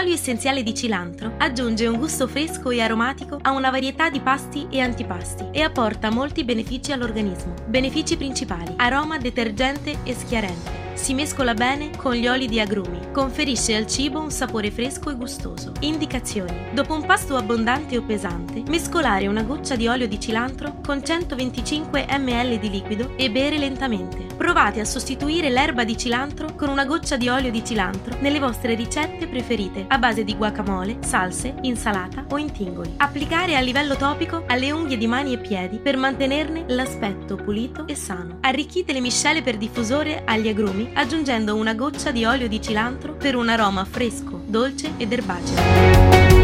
L'olio essenziale di cilantro aggiunge un gusto fresco e aromatico a una varietà di pasti e antipasti e apporta molti benefici all'organismo. Benefici principali: aroma detergente e schiarente. Si mescola bene con gli oli di agrumi, conferisce al cibo un sapore fresco e gustoso. Indicazioni: dopo un pasto abbondante o pesante, mescolare una goccia di olio di cilantro con 125 ml di liquido e bere lentamente. Provate a sostituire l'erba di cilantro con una goccia di olio di cilantro nelle vostre ricette preferite a base di guacamole, salse, insalata o intingoli. Applicare a livello topico alle unghie di mani e piedi per mantenerne l'aspetto pulito e sano. Arricchite le miscele per diffusore agli agrumi aggiungendo una goccia di olio di cilantro per un aroma fresco, dolce ed erbaceo.